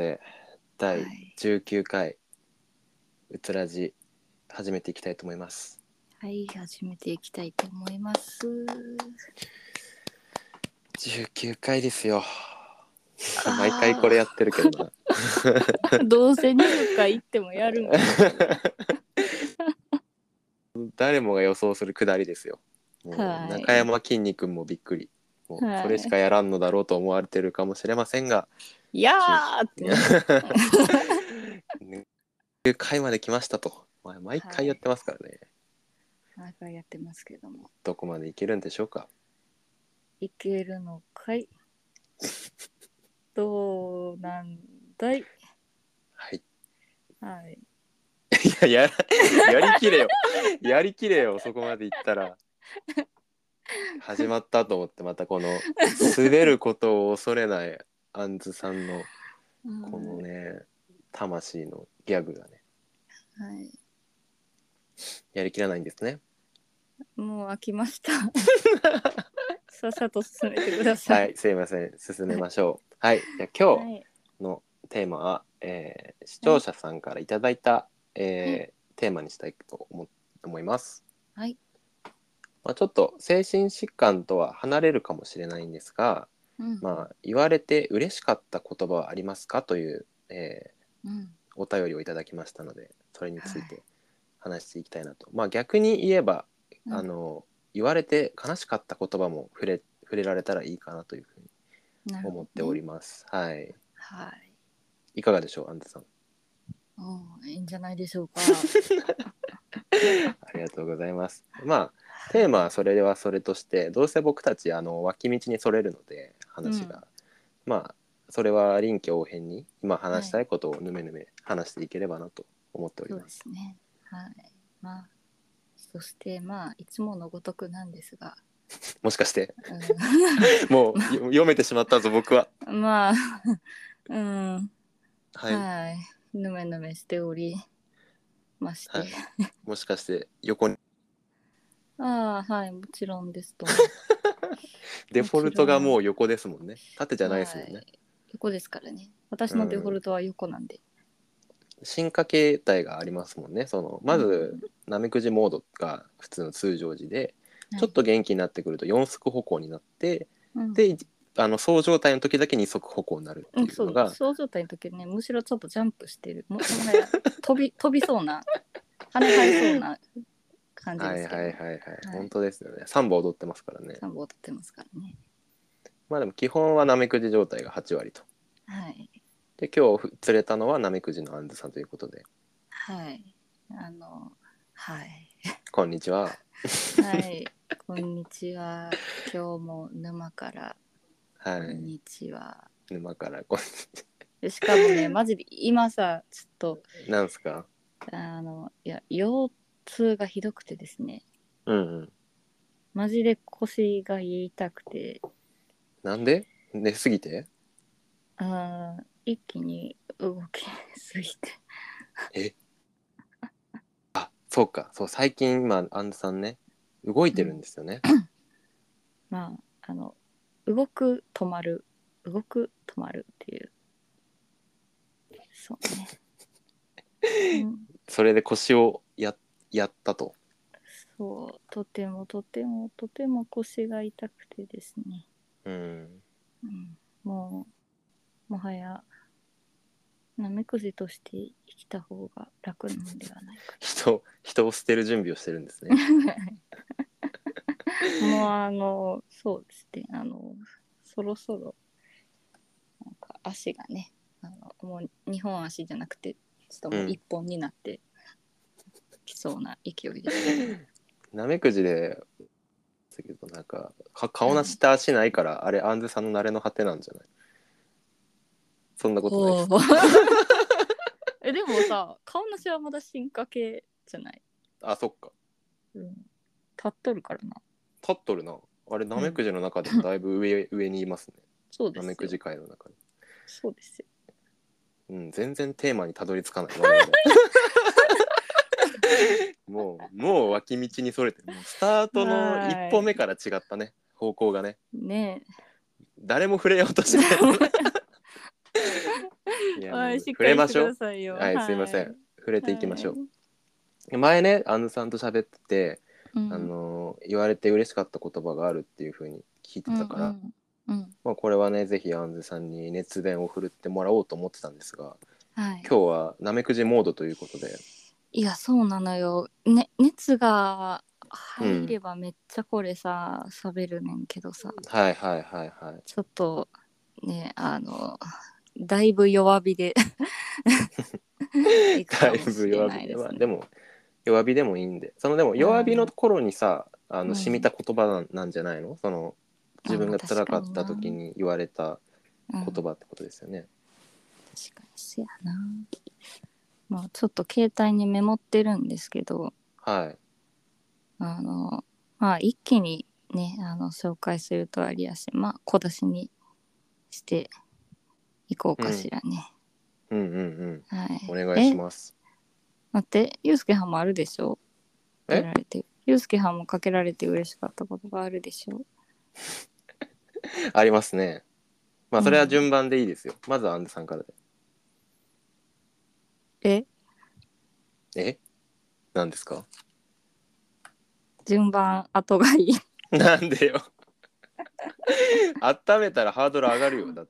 で第19回うつらじ始めていきたいと思います。 はい、始めていきたいと思います。 19回ですよ。毎回これやってるけどな。 どうせ20回行ってもやるんか誰もが予想するくだりですよ。もう中山きんに君もびっくり。もうそれしかやらんのだろうと思われてるかもしれませんが、 いやーってね、19回まで来ましたと。毎回やってますからね。 毎回やってますけども。 どこまでいけるんでしょうか。 いけるのかいどうなんだい。 はい。 はい。 やりきれよ。やりきれよ。そこまでいったら。始まったと思ってまたこの滑ることを恐れないあんずさんのこのね魂のギャグがね、 はい、 やりきらないんですね。 もう飽きました。さっさと進めてください。 はい、すいません、進めましょう。はい、じゃあ今日のテーマは、視聴者さんからいただいた、テーマにしたいと思います。 はい。 ちょっと精神疾患とは離れるかもしれないんですが、言われて嬉しかった言葉はありますかという、お便りをいただきましたので、それについて話していきたいなと。逆に言えば、言われて悲しかった言葉も触れられたらいいかなというふうに思っております。はい。 はい。 いかがでしょう、アンズさん。 いいんじゃないでしょうか。 ありがとうございます。テーマはそれはそれとして、どうせ僕たち脇道にそれるので話が、それは臨機応変に今話したいことをぬめぬめ話していければなと思っております。 そうですね。はい。そしていつものごとくなんですが。 もしかして、もう読めてしまったぞ僕は。 はい。ぬめぬめしておりまして。 もしかして横に。 はい、もちろんですと。 デフォルトがもう横ですもんね。縦じゃないですもんね。 横ですからね。私のデフォルトは横なんで。 進化形態がありますもんね。まず、なめくじモードが普通の通常時で、ちょっと元気になってくると4足歩行になって、でそう状態の時だけ2足歩行になるっていうのが、 そう状態の時ね、むしろちょっとジャンプしてる、もはや飛びそうな、跳ね張りそうな感じですけど。 本当ですよね。3本踊ってますからね。 3本踊ってますからね。 でも基本はなめくじ状態が8割と。 はい。 で今日釣れたのはなめくじのあんずさんということで。 はい。はい。 こんにちは。 はい。こんにちは。今日も沼から。こんにちは。 沼からこんにちは。しかもね、マジで今さ、ちょっと。 なんすか？ 腰痛がひどくてですね。マジで腰が痛くて。 なんで？寝すぎて？ 一気に動きすぎて。 そうか。そう、最近今アンズさんね動いてるんですよね。 動く止まるっていう。そうね。 それで腰をやったと。 そう、とても腰が痛くてですね。もはやなめくじとして生きた方が楽なのではないか。 人を捨てる準備をしてるんですね。 もうそうですね。そろそろなんか足がね、もう2本足じゃなくてちょっともう1本になってきそうな勢いです。 なめくじでなんか顔なしって足ないから、あれアンズさんの慣れの果てなんじゃない？そんなことないです。 でもさ、顔なしはまだ進化系じゃない？ そっか。 立っとるからな。 立っとるな。あれなめくじの中でもだいぶ上にいますね。 そうですよ。 なめくじ界の中に。 そうですよ。 全然テーマにたどり着かない。もう脇道にそれてる。スタートの一歩目から違ったね、方向がね。 ねえ。 誰も触れようとしない。いやもうしっ触れましょう。 かりしてくださいよ。 はい、すいませはん。触れい。 ていきましょはい。 う。前ね、アンズさんと喋ってて、 うん。 言われて嬉しかった言葉があるっていう風に聞いてうんたから、 うんうん。 まあ、これはね、ぜひアンズさんに熱弁を振るってもらおうと思ってたんですが、 はい。 今日はなめくじモードということで、 いや、そうなのよ。ね、熱が入うん。 ればめっちゃこれさ、喋るねんけどさ、 はいはいはいはい。 ちょっとね、だいぶ弱火でいくだいかもしれぶ弱火で、 ないですね。 まあでも弱火でもいいんで、でも弱火のは頃にさ、 い。うん。 染みた言葉なんじゃないの？自分あ、 が確辛かったかにな。 時に言われたうん。 言葉ってことですよね。 確かにせやな。まあ、ちょっと携帯にメモってるんですけど、 はい。 あの、まあ、一気にね、紹介するとありやし、まあ、小出しにしていこうかしうん。 らね。 うんうんうん。 はお願い。 いします。 待って、ゆうすけはんもあるでしょ？かけえられて。ゆうすけはんもかけられて嬉しかったことがあるでしょ？ ありますね。まあそれはうん。 順番でいいですよ。まずはアンデさんからで。 ええ何ですか？ 順番後がいい。 なんでよ。温めたらハードル上がるよ。だって。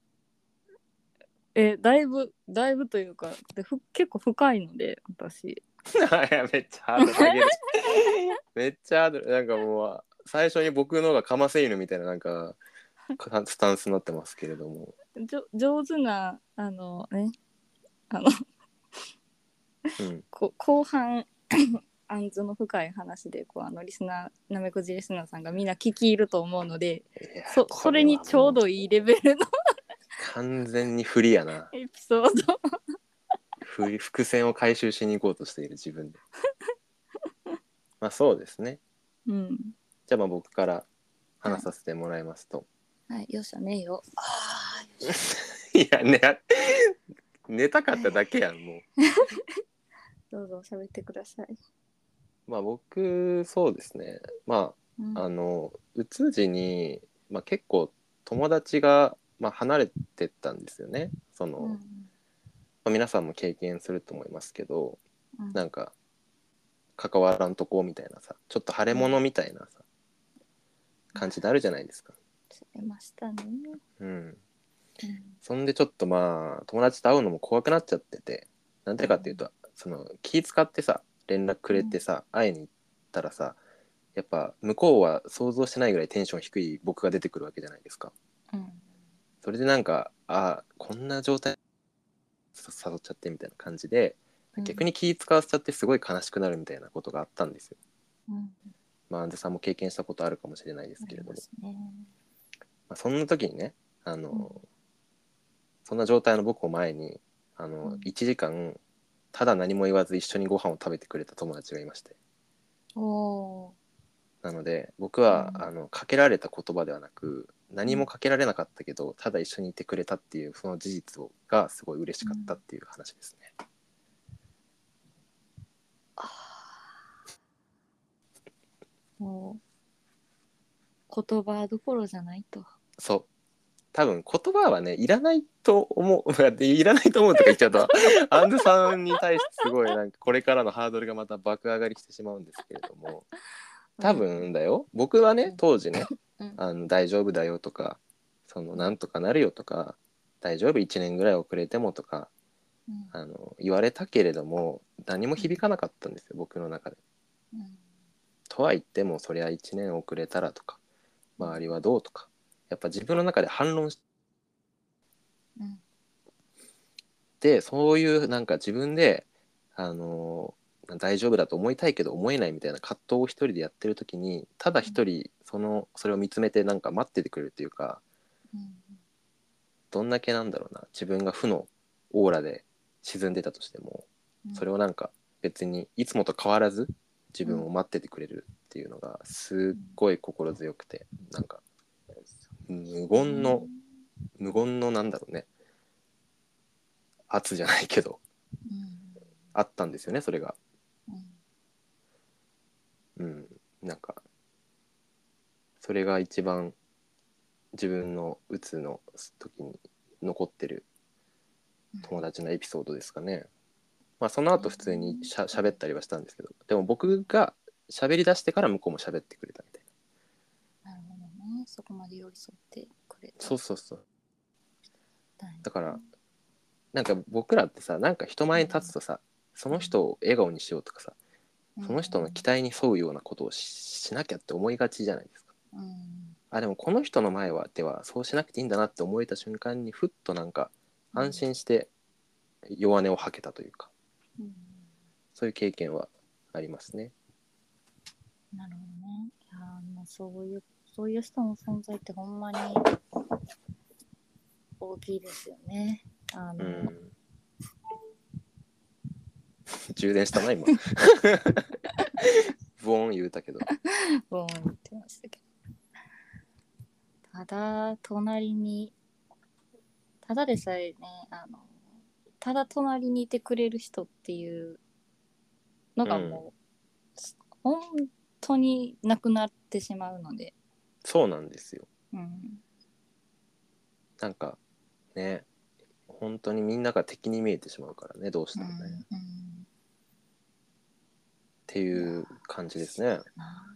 だいぶというか、結構深いので、私。 いやめっちゃハードル上げる。めっちゃハードル。なんかもう、最初に僕のがかませ犬みたいな、スタンスになってますけれども。 上手な、あの、 うん。 後半、あんずの深い話で、リスナー、なめくじリスナーさんがみんな聞き入ると思うので、 いや、 それこれにちょうはもう、 どいいレベルの完全に不利やな。 エピソード。 伏線を回収しに行こうとしている自分で。まあそうですね。 うん。 じゃあまあ僕からはい。 話させてもらいますと。 はい。よっしゃねえよ。ああ、よっしいやね、寝たかっただけやん、もう。 ゃ。どうぞ喋ってください。 まあ僕、そうですね。まうん。 あ、うつ時に、まあ結構友達が、まあ、離れてったんですよね。 うん。 まあ、皆さんも経験すると思いますけど、 うん。 なんか関わらんとこみたいなさ、ちょっと腫れうん。 物みたいなさ、感じであるじゃないですか。 されましたね。 うん。 うん。 そんでちょっとまあ、友達と会うのも怖くなっちゃってて、なんでかっていうと、気使ってさ、連絡くうん。 れてさ、会いに行ったらさ、やっぱ向こうは想像してないぐらいテンション低い僕が出てくるわけじゃないですか。 うん。 それでなんか、こんな状態誘っちゃってみたいな感じで、 うん。 逆に気使わせちゃってすごい悲しくなるみたいなことがあったんですよ。 うん。 まあ、アンデさんも経験したことあるかもしれないですありけれども。 ますね。 まあ、そんな時にね、 うん。 そんな状態の僕を前に、 うん。 1時間、ただ何も言わず一緒にご飯を食べてくれた友達がいまして。 おー。 なので、僕は、 うん。 かけられた言葉ではなく、何もうん。 かけられなかったけど、ただ一緒にいてくれたっていう、その事実がすごい嬉しかったうん。 っていう話ですね。 もう言葉どころじゃないと。 そう。多分言葉はね、いらないと思う。いらないと思うとか言っちゃうと、アンズさんに対してすごいなんかこれからのハードルがまた爆上がりしてしまうんですけれども、多うん。 分だよ。僕はね、当時ね、 うん。 大丈夫だよとか、 うん。 なんとかなるよとか、大丈夫1年ぐらい遅れてもとか、 うん。 言われたけれども、何もうん。 響かなかったんですよ、僕の中で。 うん。 とは言っても、そりゃ1年遅れたらとか、 うん。 周りはどうとか、やっぱ自分の中で反論して、そういうなんか自分で、あの大丈夫だと思いたいけど思えないみたいな葛藤を一人でやってる時に、ただ一人それを見つめてなんか待っててくれるっていうか、 うん。 どんだけなんだろうな、自分が負のオーラで沈んでたとしても、 うん。 それをなんか別にいつもと変わらず自うん。 分を待っててくれるっていうのがすっごい心強くて、なんか無言のなんだろうね、圧じゃないけどうん。 あったんですよね、それが。 うん。 うん、なんかそれが一番自分のうつの時に残ってる友達のエピソードですかね。まあその後普通に喋ったりはしたんですけど、でも僕が喋り出してから向こうも喋ってくれたみたいなるほどね。そこまで寄り添ってくれな。 た。 そうそうそう。だからなんか僕らってさ、なんか人前に立つとさ、その人を笑顔にしようとかさ、その人の期待に沿うようなことをしなきゃって思いがちじゃないですか。あ、でもこの人の前はではそうしなくていいんだなって思えた瞬間にふっとなんか安心して弱音を吐けたというか、そういう経験はありますね。 なるほどね。いやもうそういう人の存在ってほんまに大きいですよね。 充電したな今ボーン言うたけどボーン言ってましたけど、ただでさえね、ただ隣にいてくれる人っていうのがもう、本当になくなってしまうので。 そうなんですよ。なんかね、本当にみんなが敵に見えてしまうからね、どうしてもね。っていう感じですね。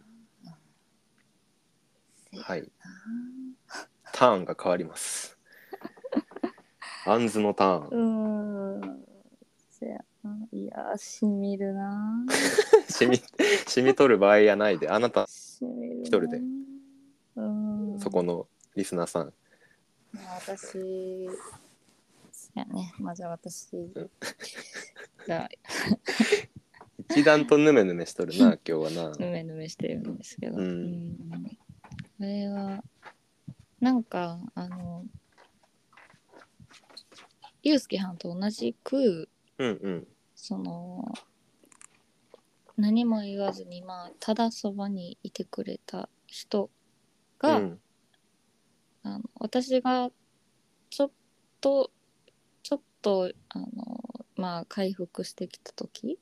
はい。ターンが変わります。アンズのターン。 いやしみるなしみ取る場合やないで、あなた一人でそこのリスナーさん。 私やね、じゃあ私が一段とヌメヌメしとるな今日はな。 ヌメヌメしてるんですけど、これはなんかゆうすけはんと同じく、その何も言わずにただそばにいてくれた人が、私がちょっと回復してきた時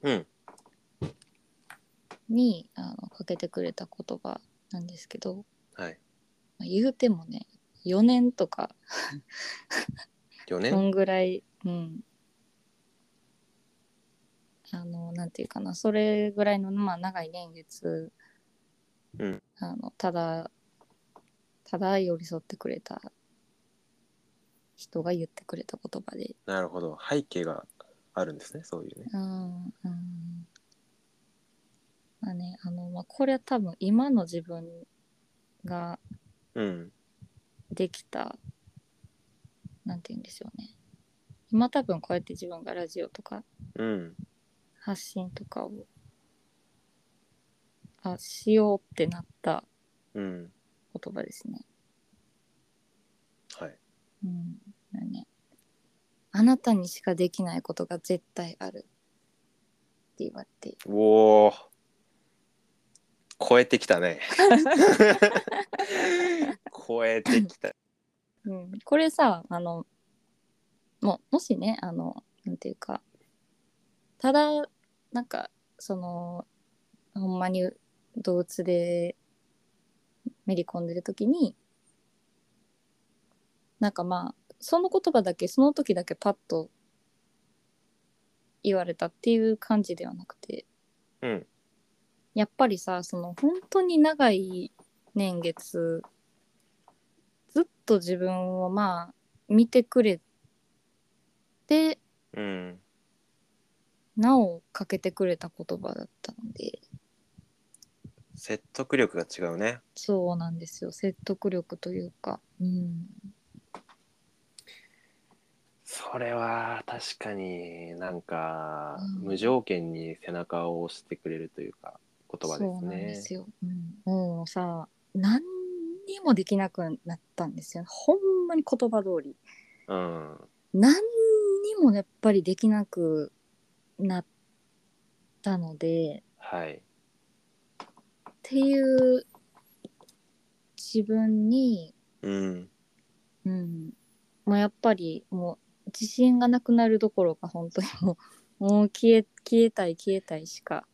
にかけてくれた言葉なんですけど、言うてもね4年とか 4年そんぐらい、なんていうかな、それぐらいの長い年月、ただ寄り添ってくれた人が言ってくれた言葉で。 なるほど、背景があるんですね、そういうね。 これは多分今の自分ができた、なんて言うんでしょうね。今多分こうやって自分がラジオとか発信とかをしようってなった言葉ですね。 はい。 あなたにしかできないことが絶対あるって言われて。 おー、超えてきたね。超えてきた。 これさ、もしね、なんていうか、ただ、なんか、ほんまに動物でめり込んでる時に、なんかその言葉だけ、その時だけパッと言われたっていう感じではなくて、やっぱりさ、本当に長い年月、ずっと自分を見てくれて、なおかけてくれた言葉だったので。 説得力が違うね。 そうなんですよ、説得力というか。 それは確かになんか、無条件に背中を押してくれるというか言葉ですね。 そうなんですよ。もうさ、何にもできなくなったんですよ。ほんまに言葉通り。何にもやっぱりできなくなったので、っていう自分に、もうやっぱりもう自信がなくなるどころか、本当にもう消えたいしか。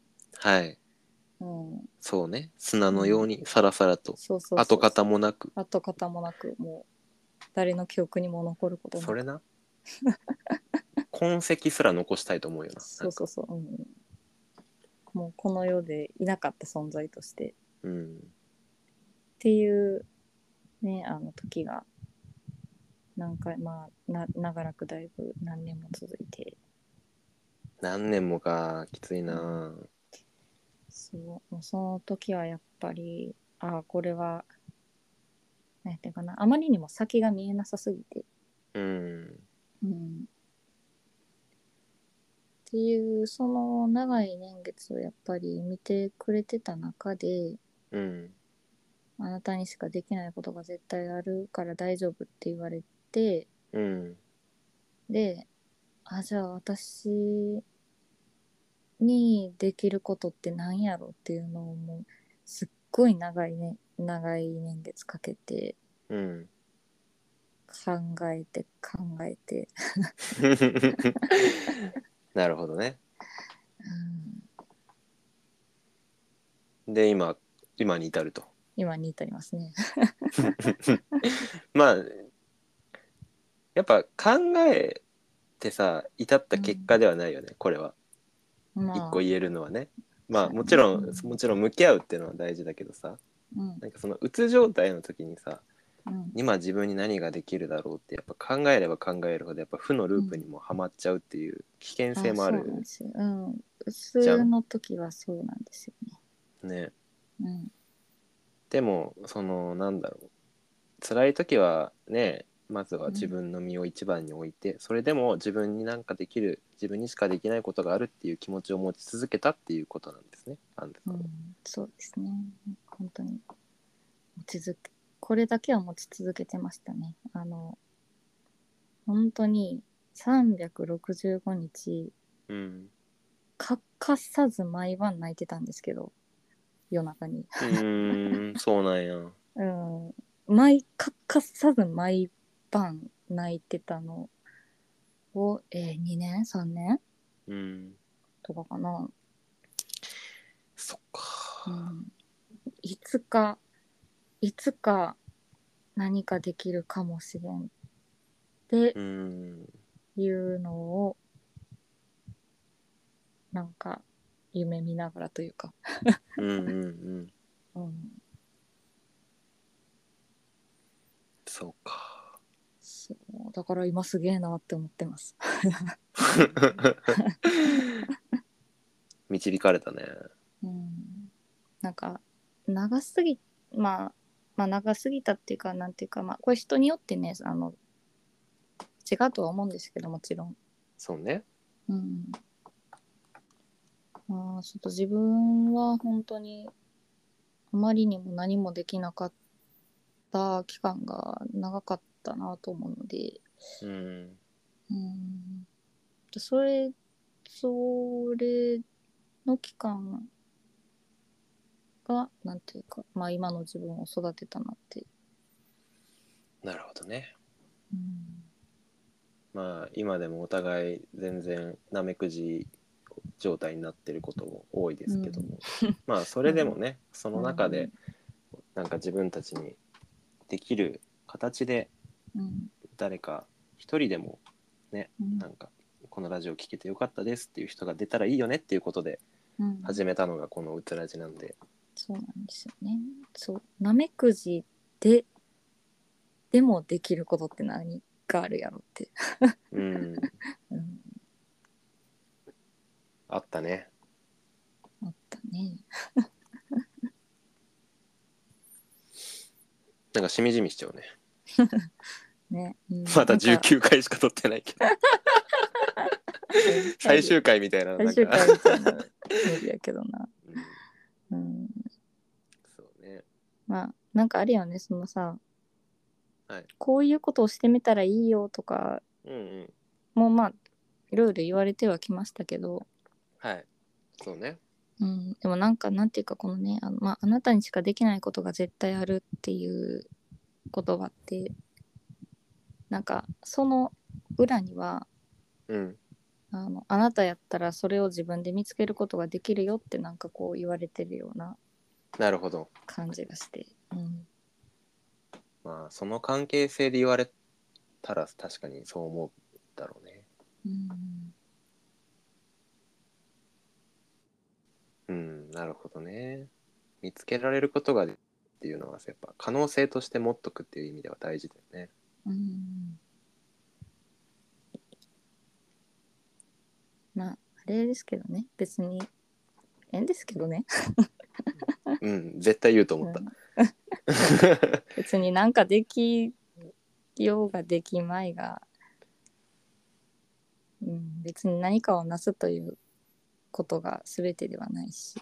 そうね、砂のようにさらさらと、跡形もなく、 もう誰の記憶にも残ることなく。 それな痕跡すら残したいと思うよな。 そうそうそう、うん、もうこの世でいなかった存在としてっていうね、時が何回長らくだいぶ何年も続いて、 何年もか、きついな。 そうもうその時はやっぱりこれは何ていうかな、あまりにも先が見えなさすぎて、 うん、 っていうその長い年月をやっぱり見てくれてた中で、あなたにしかできないことが絶対あるから大丈夫って言われて、でじゃあ私にできることって何やろっていうのをもうすっごい長い年月かけて考えてなるほどね。で今に至ると。 今に至りますね。 まあやっぱ考えてさ至った結果ではないよね、これは。一個言えるのはね。まあもちろん向き合うっていうのは大事だけどさ、なんかそのうつ状態の時にさ、今自分に何ができるだろうってやっぱ考えれば考えるほどやっぱ負のループにもはまっちゃうっていう危険性もあるそうなんですよ。うつの時はそうなんですよね。 ね。 でもそのなんだろう、辛い時はね、まずは自分の身を一番に置いて、それでも自分になんかできる、自分にしかできないことがあるっていう気持ちを持ち続けたっていうことなんですね、アンデさんは。 そうですね。本当にこれだけは持ち続けてましたね。本当に365日、欠かさず毎晩泣いてたんですけど、夜中に。 そうなんや。 欠かさず毎晩泣いてたのを、2年 ?3 年とかかな。 そっか。 いつか何かできるかもしれんっていうのをなんか夢見ながらというかそうか。 そうだから今すげえなって思ってます導かれたね。 なんか長すぎ長すぎたっていうかなんていうかこれ人によってね違うとは思うんですけど、もちろんそうね。 ちょっと自分は本当にあまりにも何もできなかった期間が長かったなと思うので、それの期間がなんていうか、今の自分を育てたなって。 なるほどね。まあ今でもお互い全然なめくじ状態になってることも多いですけども、まあそれでもね、その中でなんか自分たちにできる形で誰か一人でもね、なんかこのラジオ聞けてよかったですっていう人が出たらいいよねっていうことで始めたのがこのうつラジなんで、 そうなんですよね。そうなめくじでもできることって何があるやろってあったね。 あったね。 なんかしみじみしちゃうね。 ね、 まだ19回しか撮ってないけど最終回みたいな、 最終回みたいな無理やけどな。 そうね。 なんかあれよね、そのさ、こういうことをしてみたらいいよとかもういろいろ言われてはきましたけど、 そうね。 でもなんていうかこのね、あなたにしかできないことが絶対あるっていう言葉ってなんかその裏には、あなたやったらそれを自分で見つけることができるよってなんかこう言われてるような感じがして、 まあその関係性で言われたら確かにそう思うだろうね。 なるほどね。見つけられることがっていうのはやっぱ可能性として持っとくっていう意味では大事だよね。 まああれですけどね、別にええんですけどね。 絶対言うと思った。 別になんかできようができまいが、別に何かをなすということが全てではないし、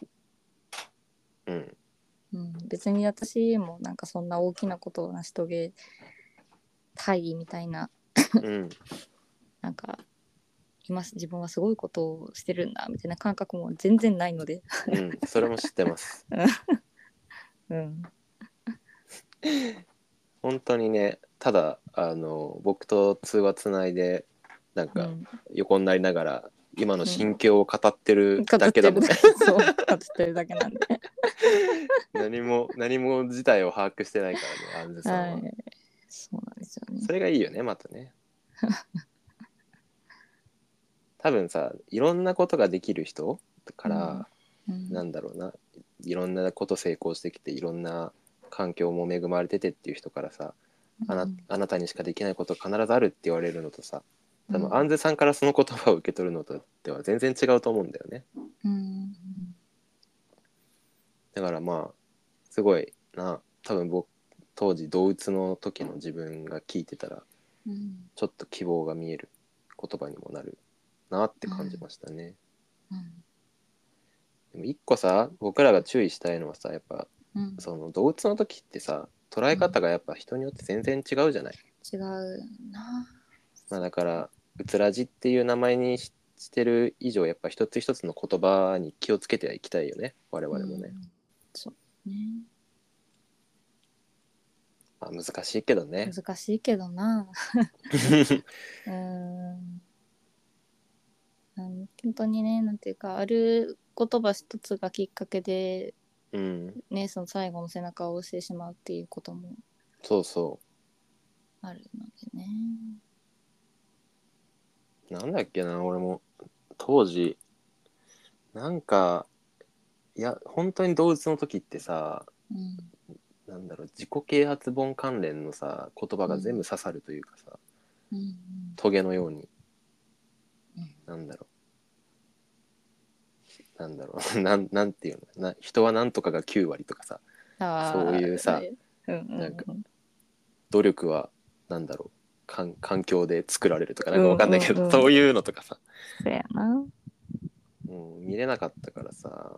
別に私もなんかそんな大きなことを成し遂げたいみたいな、なんか今自分はすごいことをしてるんだみたいな感覚も全然ないので、 それも知ってます。本当にね、ただ僕と通話つないでなんか横になりながら今の心境を語ってるだけだもんね。 そう、語ってるだけなんで。 何も事態を把握してないからね、アンズさんは。 そうなんですよね。 それがいいよね、またね。多分さ、いろんなことができる人だから、なんだろうな、いろんなこと成功してきていろんな環境も恵まれててっていう人からさ、あなたにしかできないこと必ずあるって言われるのとさ、多分アンズさんからその言葉を受け取るのとでは全然違うと思うんだよね。だからまあすごいな、多分僕当時同鬱の時の自分が聞いてたら、ちょっと希望が見える言葉にもなるなって感じましたね。でも一個さ、僕らが注意したいのはさ、やっぱ、その同鬱の時ってさ、捉え方がやっぱ人によって全然違うじゃない。 違うな。 まあだからうつらじっていう名前にしてる以上、やっぱ一つ一つの言葉に気をつけてはいきたいよね、我々もね。 そうね。 まあ難しいけどね。 難しいけどな。本当にね、なんていうか、ある言葉一つがきっかけで、ね、その最後の背中を押してしまうっていうこともそうそうあるのでね。 なんだっけな、俺も当時なんか、いや本当に同鬱の時ってさ、なんだろう、自己啓発本関連のさ言葉が全部刺さるというかさ、トゲのように、なんだろうなんていうのな、人はなんとかが9割とかさ、そういうさ、なんか努力はなんだろう、環境で作られるとかなんかわかんないけど、そういうのとかさ、 そうやな。 見れなかったからさ、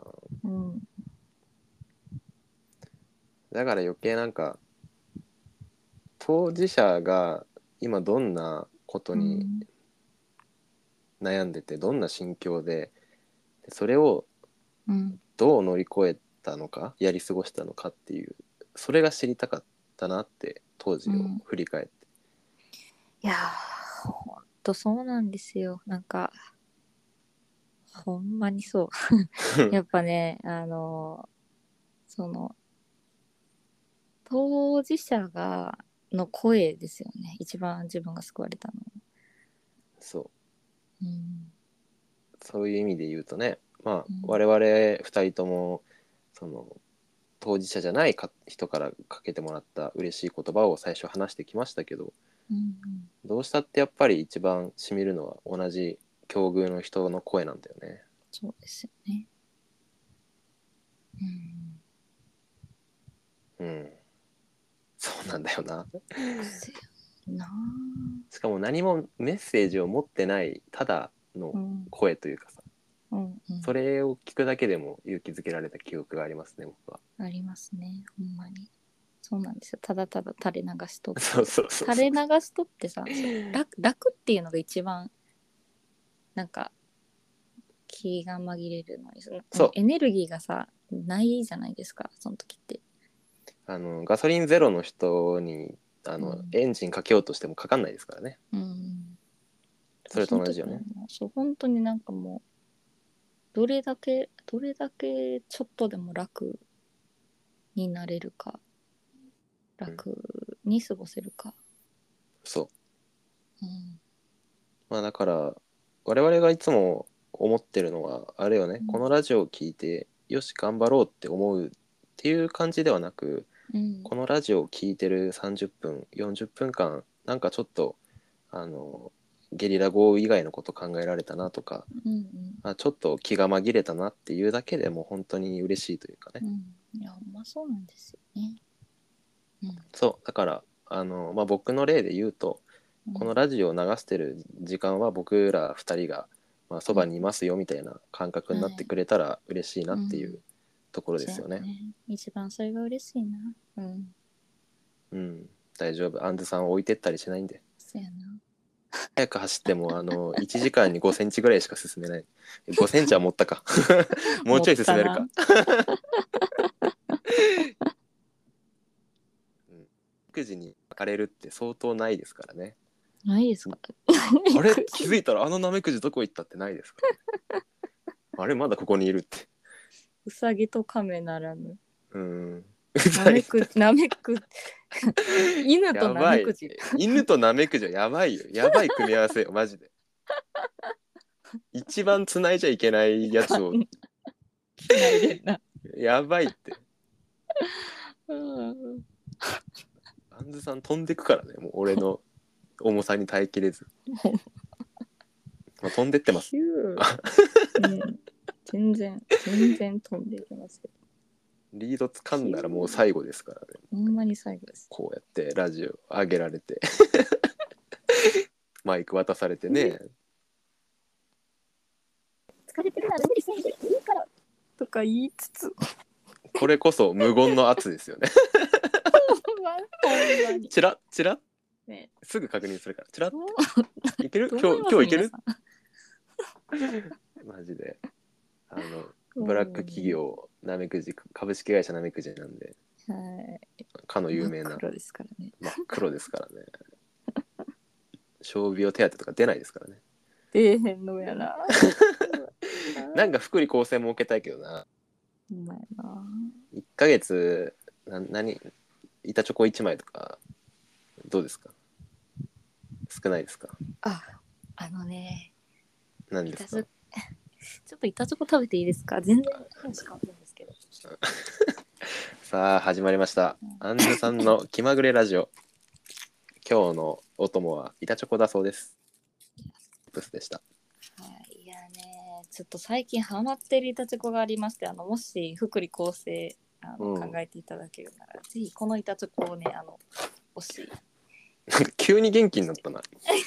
だから余計なんか当事者が今どんなことに悩んでて、どんな心境で、それをどう乗り越えたのか、やり過ごしたのかっていう、それが知りたかったなって当時を振り返って、 いやー、ほんとそうなんですよ。なんかほんまにそうやっぱね、その当事者の声ですよね、一番自分が救われたの。 そう、そういう意味で言うとね、まあ、我々2人ともその当事者じゃない人からかけてもらった嬉しい言葉を最初話してきましたけど、どうしたってやっぱり一番しみるのは同じ境遇の人の声なんだよね。 そうですよね。 そうなんだよな。 せやな。 しかも何もメッセージを持ってないただの声というかさ、それを聞くだけでも勇気づけられた記憶がありますね、僕は。 ありますね、ほんまに。そうなんですよ。ただただ垂れ流しとって。 そう垂れ流しとってさ、楽っていうのが一番なんか気が紛れるのに、エネルギーがさないじゃないですか、その時って。 ガソリンゼロの人にエンジンかけようとしてもかかんないですからね。それと同じよね。 そう本当になんかもうどれだけちょっとでも楽になれるか、楽に過ごせるか。 そう、まあだから我々がいつも思ってるのはあれよね、このラジオを聞いてよし頑張ろうって思うっていう感じではなく、このラジオを聴いてる30分40分間なんかちょっとゲリラ豪雨以外のこと考えられたなとか、ちょっと気が紛れたなっていうだけでも本当に嬉しいというかね、 いやそうなんですよね。 そうだから僕の例で言うと、このラジオを流してる時間は僕ら2人がそばにいますよみたいな感覚になってくれたら嬉しいなっていうところですよね。 一番それが嬉しいな。 大丈夫、アンズさん置いてったりしないんで。 そうやな。 早く走っても1時間に5センチぐらいしか進めない。5センチは持ったかもうちょい進めるか9時に分かれるって相当ないですからね。 ないですかあれ気づいたらナメクジどこ行ったってないですか、ね、あれまだここにいるって。 うさぎと亀ならぬ。ナメク犬とナメクジ。 犬とナメクジはやばいよ。やばい組み合わせよマジで。一番繋いじゃいけないやつをやばいって。アンズさん飛んでくからね、もう俺の重さに耐えきれず飛んでってます、 全然飛んでいきますけど、 リード掴んだらもう最後ですからね。 ほんまに最後です。 こうやってラジオ上げられてマイク渡されてね、 疲れてるなら無理せんでいいからとか言いつつ、 これこそ無言の圧ですよねチラッチラッ、ね、すぐ確認するからチラッいける今日いけるマジでブラック企業なめくじ株式会社なめくじなんで、かの有名な真っ黒ですからね。 真っ黒ですからね傷病手当とか出ないですからね。 出えへんのやななんか福利厚生設けたいけどな。 うまいな。 1ヶ月板チョコ1枚とかどうですか？少ないですか？何ですか？ ちょっと板チョコ食べていいですか？全然話変わるんですけどさあ始まりました、アンズさんの気まぐれラジオ。今日のお供は板チョコだそうです。プスでした。 いやね、ちょっと最近ハマってる板チョコがありまして、もし福利厚生考えていただけるなら、ぜひこの板チョコをね欲しい。 なんか急に元気になったな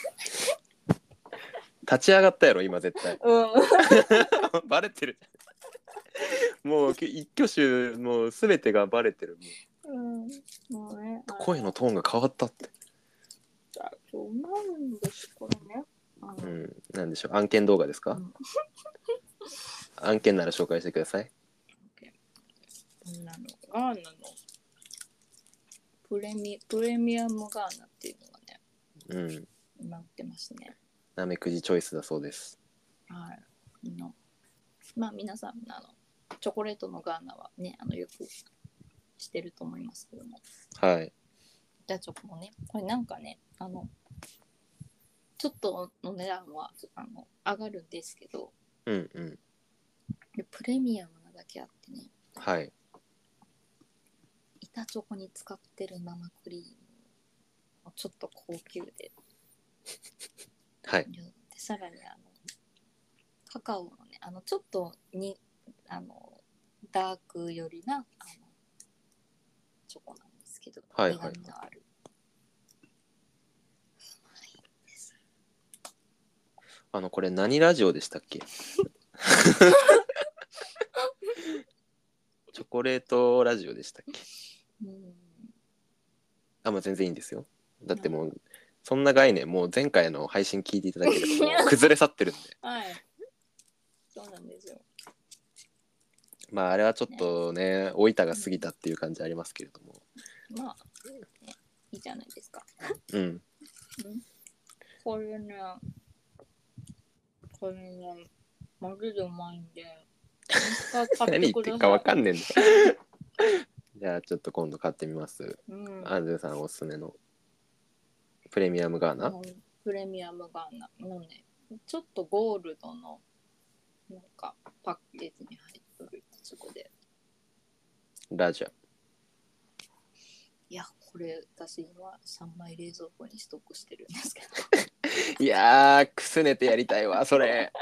立ち上がったやろ今絶対、バレてるもう一挙手もう全てがバレてる。 もうね、 声のトーンが変わったって。 そうなんですこれね。 なんでしょう、案件動画ですか？案件なら紹介してください。 ガーナのプレミアムガーナっていうのがね、今売ってますね。 なめくじチョイスだそうです。 はい。皆さんチョコレートのガーナはねよくしてると思いますけども。 はい。 板チョコもね、これなんかねちょっとの値段は上がるんですけど、でプレミアムなだけあってね。 はい。 板チョコに使ってる生クリームもちょっと高級で、 はい。 でさらにカカオのねちょっとにダーク寄りなチョコなんですけど、 はいはい、 苦味のある。 これ何ラジオでしたっけ？チョコレートラジオでしたっけ？全然いいんですよ。だってもうそんな概念もう前回の配信聞いていただければもう崩れ去ってるんではい、そうなんですよ。 あれはちょっとね老いたが過ぎたっていう感じありますけれども、 いいじゃないですか。これねマジでうまいんで何言ってるか分かんねえんだじゃあちょっと今度買ってみます。アンズさんおすすめのプレミアムガーナ、 プレミアムガーナのねちょっとゴールドのなんかパッケージに入ってるそこで。 ラジャ。 いや、これ私今3枚冷蔵庫にストックしてるんですけど。 いやー、くすねてやりたいわそれ。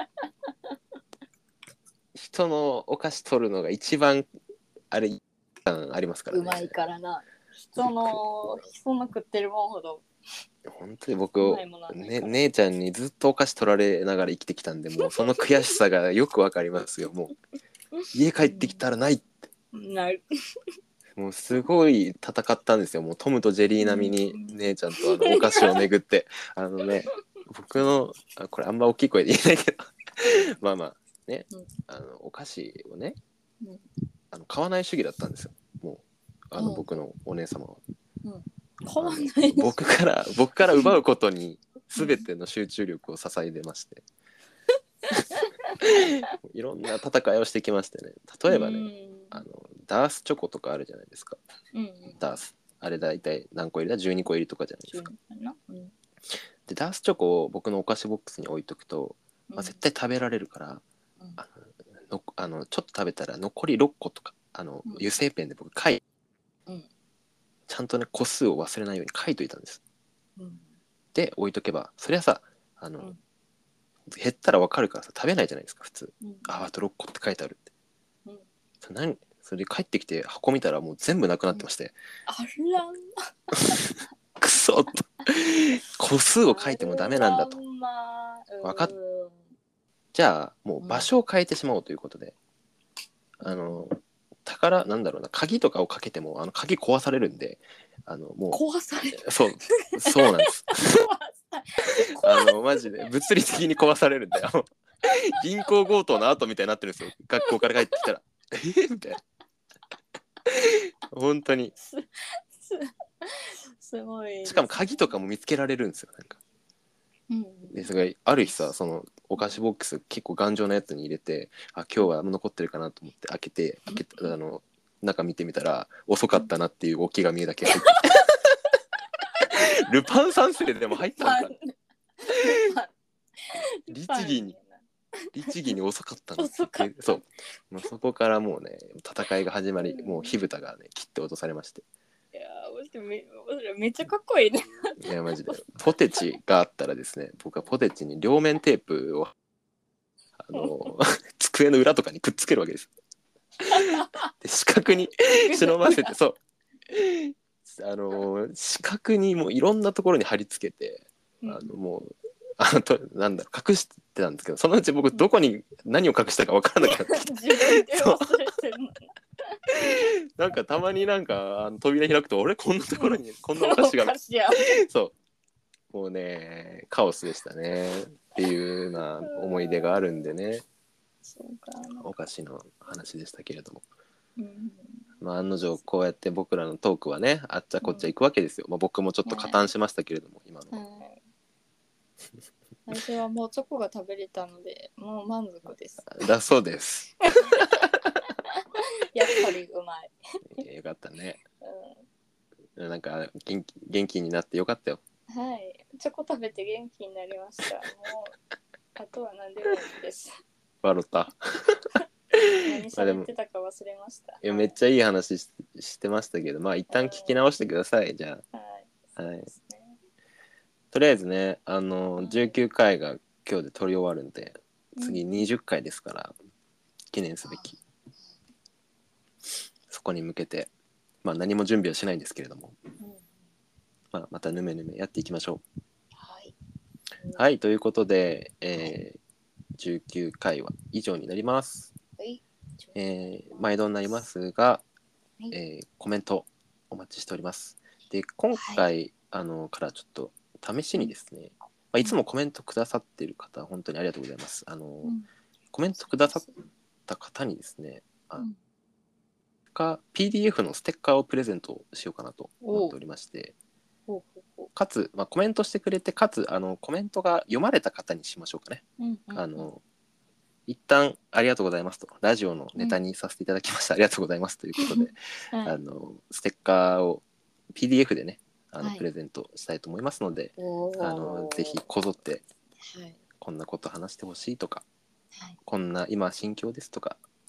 人のお菓子取るのが一番あれありますからね。 うまいからな。人の食ってるもんほど。 本当に僕、姉ちゃんにずっとお菓子取られながら生きてきたんで、もうその悔しさがよくわかりますよ。もう家帰ってきたらないって、 なる。 もうすごい戦ったんですよ。もうトムとジェリー並みに姉ちゃんとお菓子をめぐって僕のこれあんま大きい声で言えないけどまあまあね、お菓子をね、買わない主義だったんですよ。もう僕のお姉様は。僕から奪うことに全ての集中力を支えてましていろんな戦いをしてきましてね。例えばね、ダースチョコとかあるじゃないですか。ダースあれだいたい何個入りだ12個入りとかじゃないですか。でダースチョコを僕のお菓子ボックスに置いとくと、絶対食べられるから、ちょっと食べたら残り6個とか油性ペンで僕書いて、ちゃんとね個数を忘れないように書いといたんです、で置いとけばそりゃさ減ったら分かるからさ食べないじゃないですか普通、あと6個って書いてあるって、それで帰ってきて箱見たらもう全部なくなってまして、 あらくそっと個数を書いてもダメなんだと分かっじゃあもう場所を変えてしまおうということで、宝なんだろうな、鍵とかをかけても鍵壊されるんで、もう壊される。 そうなんですマジで物理的に壊されるんだよ銀行強盗の後みたいになってるんですよ。学校から帰ってきたらみたいな本当にすごい、ね、 しかも鍵とかも見つけられるんですよ。なんか、ですがある日さ、そのお菓子ボックス結構頑丈なやつに入れて、今日は残ってるかなと思って開けて中見てみたら遅かったなっていう大き紙だけ入ってルパン三世でも入ったんか律儀に遅かったなって。そう、もうそこからもうね戦いが始まり、もう火蓋がね切って落とされまして。 いやめっちゃかっこいいねいやマジでポテチがあったらですね、僕はポテチに両面テープを机の裏とかにくっつけるわけですで四角に忍ばせて、そう四角にもういろんなところに貼り付けて、もうなんだろう隠してたんですけど、そのうち僕どこに何を隠したか分からなくなって自分で忘れてるのなんかたまになんか扉開くと俺こんなところにこんなお菓子がそうもうねカオスでしたねっていうような思い出があるんでね。そうかお菓子の話でしたけれども、案の定こうやって僕らのトークはねあっちゃこっちゃ行くわけですよ。僕もちょっと加担しましたけれども、今の私はもうチョコが食べれたのでもう満足です。 だそうですやっぱりうまい。よかったね、なんか元気になってよかったよ。 はい、チョコ食べて元気になりました。もうあとは何でもいいです。 笑った何喋ってたか忘れました。 いやめっちゃいい話 してましたけど、一旦聞き直してください。じゃあ、はい、とりあえずね19回が今日で撮り終わるんで、次20回ですから記念すべき、そこに向けて何も準備はしないんですけれども、またぬめぬめやっていきましょう。はい、ということで、19回は以上になります。毎度になりますが、コメントお待ちしております。で今回、からちょっと試しにですね、いつもコメントくださっている方本当にありがとうございます。コメントくださった方にですね、PDF のステッカーをプレゼントしようかなと思っておりまして、かつ、コメントしてくれて、かつコメントが読まれた方にしましょうかね。一旦ありがとうございますと、ラジオのネタにさせていただきました、ありがとうございますということで、ステッカーを PDF でねプレゼントしたいと思いますので、ぜひこぞって、こんなこと話してほしいとか、こんな今心境ですとか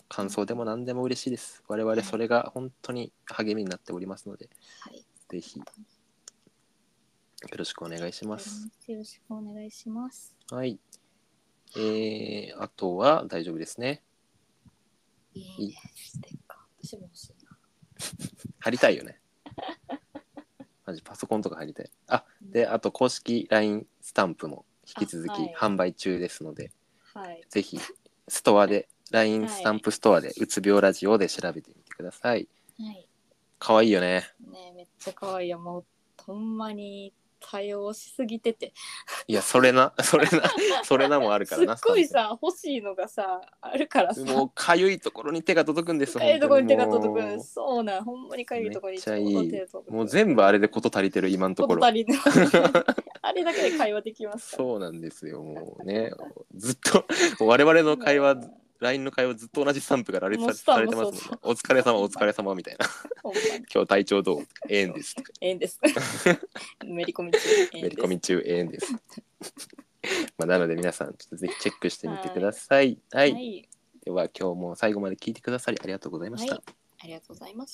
感想でも何でも嬉しいです。我々それが本当に励みになっておりますので、 はい、 ぜひよろしくお願いします。 よろしくお願いします。 はい。あとは大丈夫ですね。 いいね、ステッカー。私も欲しいな。 貼りたいよね。マジパソコンとか貼りたい。あ、で、あと公式 LINE スタンプも引き続き販売中ですので、 はい、 ぜひストアで LINE スタンプストアでうつ病ラジオで調べてみてください。はい。可愛いよね。 ね、めっちゃ可愛いよ。もうほんまに多用しすぎてて。 いや、それなもあるからな。 すっごいさ、欲しいのがさ、あるからさ。 もうかゆいところに手が届くんです。 かゆいところに手が届く。そうなん、ほんまにかゆいところにちょうど手が届く。 もう全部あれでこと足りてる今のところ。 こと足りてあれだけで会話できますから。 そうなんですよ。もうね、ずっと我々の会話。LINE の会話ずっと同じスタンプが羅列されてますもんね。お疲れ様お疲れ様みたいな。今日体調どう？ええんです。 ええんです。めり込み中。 めり込み中ええんです。まあなので皆さんちょっとぜひチェックしてみてください。はい。はい、では今日も最後まで聞いてくださりありがとうございました。はい、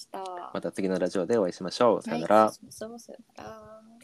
ありがとうございました。 また次のラジオでお会いしましょう。さよなら。 さよなら。